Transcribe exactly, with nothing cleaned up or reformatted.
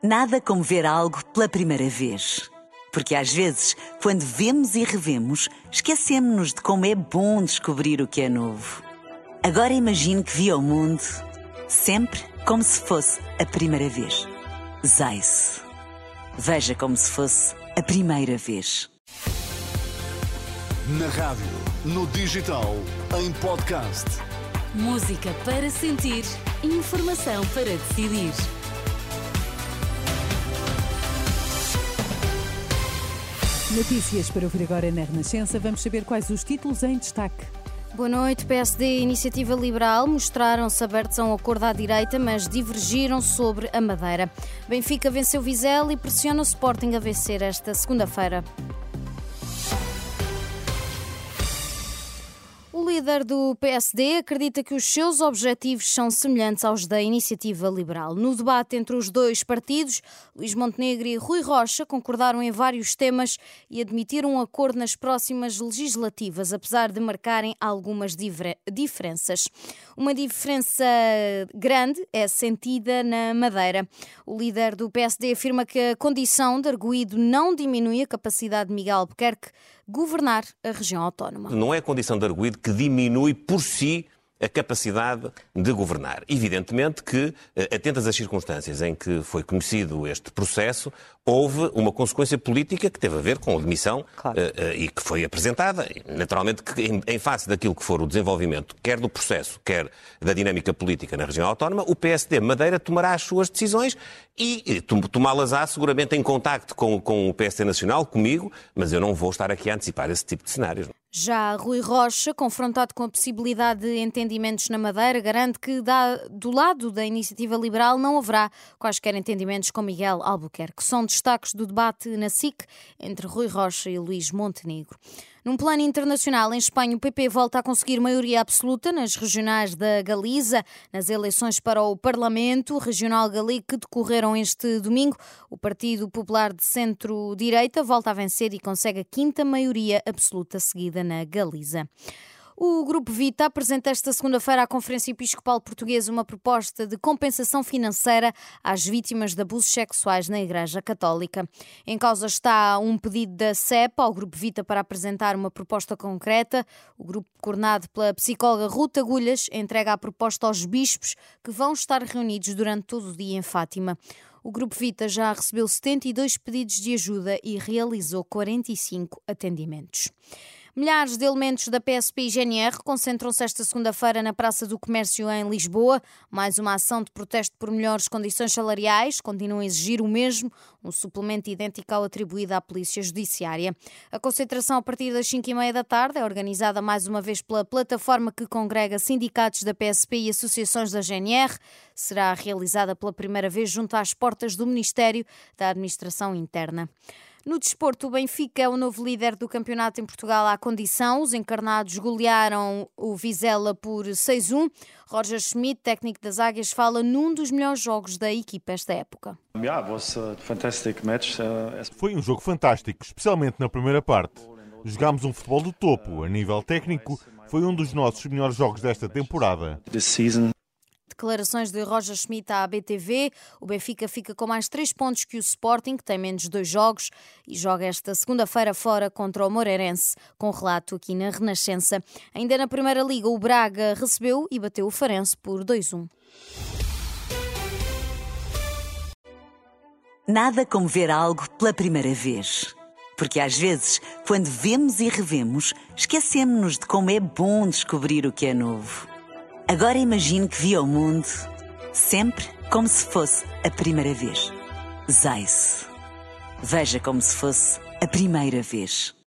Nada como ver algo pela primeira vez. Porque às vezes, quando vemos e revemos, esquecemos-nos de como é bom descobrir o que é novo. Agora imagine que viu o mundo sempre como se fosse a primeira vez. Zais. Veja como se fosse a primeira vez. Na rádio, no digital, em podcast. Música para sentir, informação para decidir. Notícias para ouvir agora na Renascença. Vamos saber quais os títulos em destaque. Boa noite. P S D e Iniciativa Liberal mostraram-se abertos a um acordo à direita, mas divergiram sobre a Madeira. Benfica venceu Vizela e pressiona o Sporting a vencer esta segunda-feira. O líder do P S D acredita que os seus objetivos são semelhantes aos da Iniciativa Liberal. No debate entre os dois partidos, Luís Montenegro e Rui Rocha concordaram em vários temas e admitiram um acordo nas próximas legislativas, apesar de marcarem algumas diferenças. Uma diferença grande é sentida na Madeira. O líder do P S D afirma que a condição de arguido não diminui a capacidade de Miguel Albuquerque governar a região autónoma. Não é a condição de arguido que diminui por si a capacidade de governar. Evidentemente que, atentas às circunstâncias em que foi conhecido este processo, houve uma consequência política que teve a ver com a demissão, claro. uh, uh, e que foi apresentada. Naturalmente que em, em face daquilo que for o desenvolvimento, quer do processo, quer da dinâmica política na região autónoma, o P S D Madeira tomará as suas decisões e tomá-las-á seguramente em contacto com, com o P S D Nacional, comigo, mas eu não vou estar aqui a antecipar esse tipo de cenários. Já Rui Rocha, confrontado com a possibilidade de entendimentos na Madeira, garante que da, do lado da Iniciativa Liberal não haverá quaisquer entendimentos com Miguel Albuquerque. São destaques do debate na S I C entre Rui Rocha e Luís Montenegro. Num plano internacional, em Espanha, o P P volta a conseguir maioria absoluta nas regionais da Galiza. Nas eleições para o Parlamento Regional Galego que decorreram este domingo, o Partido Popular de Centro-Direita volta a vencer e consegue a quinta maioria absoluta seguida na Galiza. O Grupo Vita apresenta esta segunda-feira à Conferência Episcopal Portuguesa uma proposta de compensação financeira às vítimas de abusos sexuais na Igreja Católica. Em causa está um pedido da C E P ao Grupo Vita para apresentar uma proposta concreta. O grupo, coordenado pela psicóloga Ruth Agulhas, entrega a proposta aos bispos que vão estar reunidos durante todo o dia em Fátima. O Grupo Vita já recebeu setenta e dois pedidos de ajuda e realizou quarenta e cinco atendimentos. Milhares de elementos da P S P e G N R concentram-se esta segunda-feira na Praça do Comércio em Lisboa. Mais uma ação de protesto por melhores condições salariais. Continuam a exigir o mesmo, um suplemento idêntico ao atribuído à Polícia Judiciária. A concentração a partir das cinco e meia da tarde é organizada mais uma vez pela plataforma que congrega sindicatos da P S P e associações da G N R. Será realizada pela primeira vez junto às portas do Ministério da Administração Interna. No desporto, o Benfica é o novo líder do campeonato em Portugal à condição. Os encarnados golearam o Vizela por seis a um. Roger Schmidt, técnico das Águias, fala num dos melhores jogos da equipa esta época. Foi um jogo fantástico, especialmente na primeira parte. Jogámos um futebol do topo. A nível técnico, foi um dos nossos melhores jogos desta temporada. Declarações de Roger Schmidt à B T V. O Benfica fica com mais três pontos que o Sporting, que tem menos dois jogos, e joga esta segunda-feira fora contra o Moreirense, com relato aqui na Renascença. Ainda na Primeira Liga, o Braga recebeu e bateu o Farense por dois a um. Nada como ver algo pela primeira vez. Porque às vezes, quando vemos e revemos, esquecemos-nos de como é bom descobrir o que é novo. Agora imagine que viu o mundo sempre como se fosse a primeira vez. Zais. Veja como se fosse a primeira vez.